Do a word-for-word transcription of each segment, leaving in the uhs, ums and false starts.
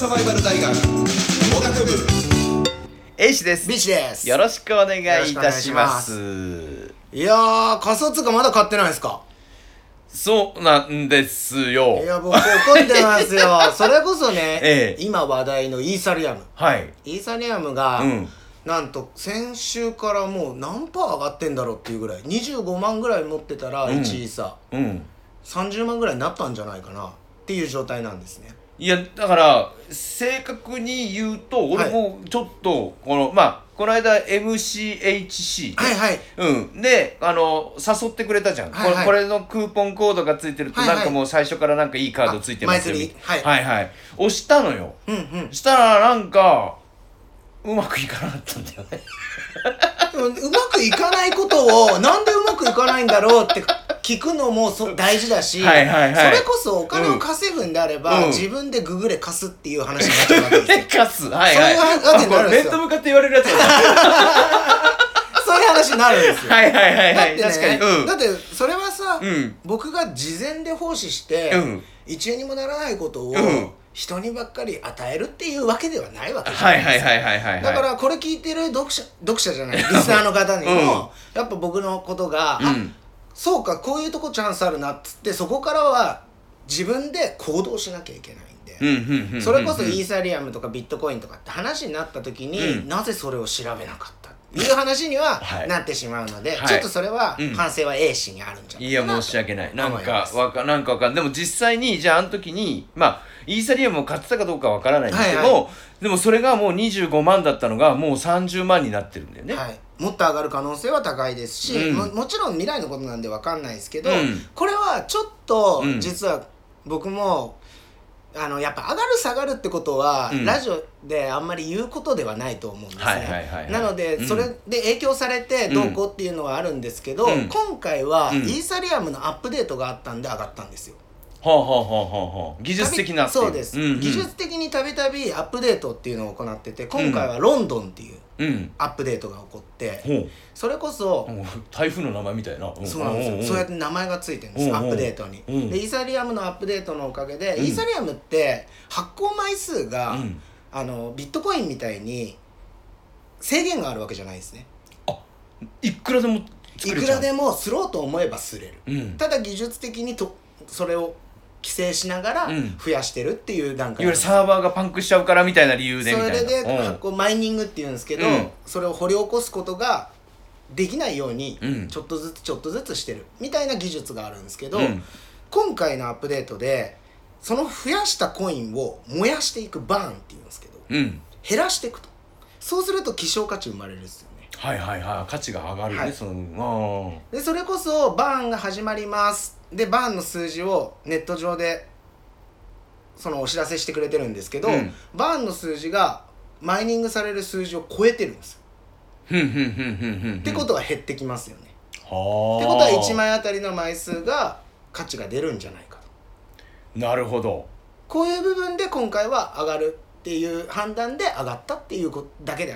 サバイバル大学農学部エイシです。 ビシです。 よろしくお願いいたします。 いやー、仮想通貨まだ買ってないですか？ そうなんですよ。 いや、僕怒ってますよ。それこそね、 ええ、 今話題のイーサリアム。 はい。 イーサリアムが、 うん、 なんと先週からもう何パー上がってんだろうっていうぐらい、にじゅうごまんぐらい持ってたらいちイーサ、 うん、 さんじゅうまんぐらいになったんじゃないかなっていう状態なんですね。 いやだから正確に言うと俺もちょっとこの、はい、まあこの間 エムシーエイチシーはいはい、 うんであの誘ってくれたじゃん、 はいはい、 これ、これのクーポンコードがついてると、 はいはい、 なんかもう最初からなんかいいカードついてますよ、 はい、 はいはい押したのよ、 うんうん、 したらなんかうまくいかなかったんだよねうまくいかないことをなんでうまくいかないんだろうって聞くのもそ大事だし、 はいはいはい、 それこそお金を稼ぐんであれば、うん、自分でググれ貸すっていう話になっちゃうわけですよ。 貸す、はいはい、 そういうわけになるんですよ。 面と向かって言われるやつだそういう話になるんですよ。 はいはいはいはい、 だってね、 確かに、うん、 だってそれはさ、 うん、僕が事前で奉仕して、うん、いちえんにもならないことを、うん、人にばっかり与えるっていうわけではないわけじゃないですか。はいはいはいはいはい。だからこれ聞いてる読者読者じゃないリスナーの方にも、うん、やっぱ僕のことが、うん、あ、そうかこういうとこチャンスあるなっつってそこからは自分で行動しなきゃいけないんで、それこそイーサリアムとかビットコインとかって話になった時に、うん、なぜそれを調べなかったっていう話にはなってしまうので、はい、ちょっとそれは反省は A 氏にあるんじゃないかなと。いや申し訳ない。 なんかわかなんかわかんでも実際にじゃああの時にまあイーサリアムを買ってたかどうかわからないんですけど、はいはい、でもそれがもうにじゅうごまんだったのがもうさんじゅうまんになってるんだよね。 はい、もっと上がる可能性は高いですし、うん、も, もちろん未来のことなんでわかんないですけど、うん、これはちょっと実は僕も、うん、あのやっぱ上がる下がるってことは、うん、ラジオであんまり言うことではないと思うんですね。なので、うん、それで影響されてどうこうっていうのはあるんですけど、うん、今回はイーサリアムのアップデートがあったんで上がったんですよ。 はあはあはあはあ、技術的なっていう。 そうです、うんうん、技術的にたびたびアップデートっていうのを行ってて、今回はロンドンっていうアップデートが起こって、うん、それこそ台風の名前みたいな、 そうなんですよ、うんうん、そうやって名前がついてるんです、うんうん、アップデートに、うん、でイーサリアムのアップデートのおかげで、うん、イーサリアムって発行枚数が、うん、あのビットコインみたいに制限があるわけじゃないですね。 あ、いくらでも作れちゃう。いくらでもすろうと思えばすれる、うん、ただ技術的にとそれを規制しながら増やしてるっていう段階、 いわゆるサーバーがパンクしちゃうからみたいな理由でみたいな。 それで発行マイニングっていうんですけど、うん、それを掘り起こすことができないようにちょっとずつちょっとずつしてるみたいな技術があるんですけど、うん、今回のアップデートでその増やしたコインを燃やしていくバーンっていうんですけど、うん、減らしていくと、そうすると希少価値生まれるんですよね。 はいはいはい、価値が上がるね、はい、そのでそれこそバーンが始まりますでバーンの数字をネット上でそのお知らせしてくれてるんですけど、うん、バーンの数字がマイニングされる数字を超えてるんですよ。ってことは減ってきますよね。はってことはいちまいあたりの枚数が価値が出るんじゃないかと。なるほど。 こういう部分で今回は上がるっていう判断で上がったっていうだけであって、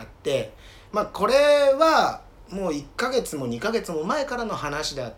まあこれはもういっかげつもにかげつも前からの話であって、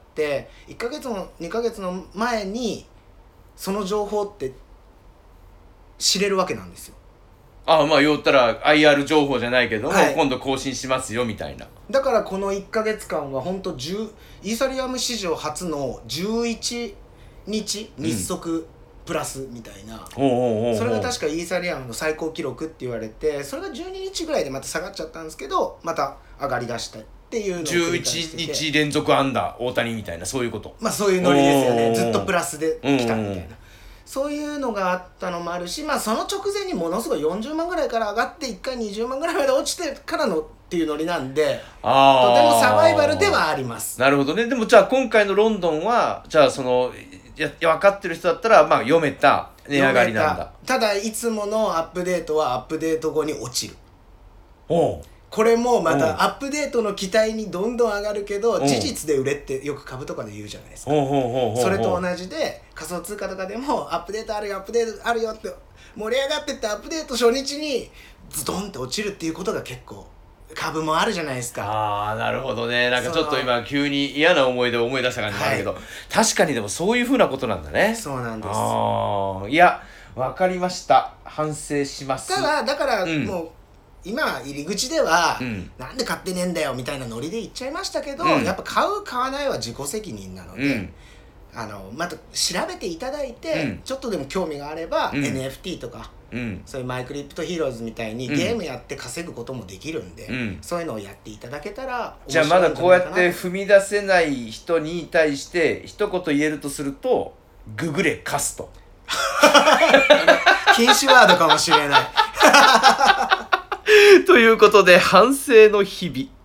いっかげつもにかげつの前にその情報って知れるわけなんですよ。 ああ、まあ言ったら アイアール 情報じゃないけども、はい、今度更新しますよみたいな。 だからこのいっかげつかんは本当じゅうイーサリアム史上初のじゅういちにち日足プラスみたいな、うん、それが確かイーサリアムの最高記録って言われて、それがじゅうににちぐらいでまた下がっちゃったんですけど、また上がりだしたっていうのをじゅういちにち連続安打大谷みたいな、そういうこと。 まあそういうノリですよね。ずっとプラスで来たみたいな、そういうのがあったのもあるし、まあその直前にものすごいよんじゅうまんぐらいから上がっていっかいにじゅうまんぐらいまで落ちてからのっていうノリなんで、あとてもサバイバルではあります。 なるほどね。でもじゃあ今回のロンドンはじゃあそのや分かってる人だったらまあ読めた値上がりなんだ。 ただいつものアップデートはアップデート後に落ちる。 おう、 これもまたアップデートの期待にどんどん上がるけど、事実で売れってよく株とかで言うじゃないですか。それと同じで仮想通貨とかでもアップデートあるよアップデートあるよって盛り上がってってアップデート初日にズドンって落ちるっていうことが結構株もあるじゃないですか。 ああ、なるほどね。なんかちょっと今急に嫌な思い出を思い出した感じなんだけど、はい、確かにでもそういうふうなことなんだね。 そうなんです。 ああ、いやわかりました、反省します。 ただだからもう、うん、今入り口では、うん、なんで買ってねえんだよみたいなノリで言っちゃいましたけど、うん、やっぱ買う買わないは自己責任なので、うん、あのまた調べていただいて、うん、ちょっとでも興味があれば、うん、エヌエフティー とか、うん、そういうマイクリプトヒーローズみたいにゲームやって稼ぐこともできるんで、うん、そういうのをやっていただけたら面白いんじゃないかな。 じゃあまだこうやって踏み出せない人に対して一言言えるとすると、ググれカスと禁止ワードかもしれないということで、反省の日々。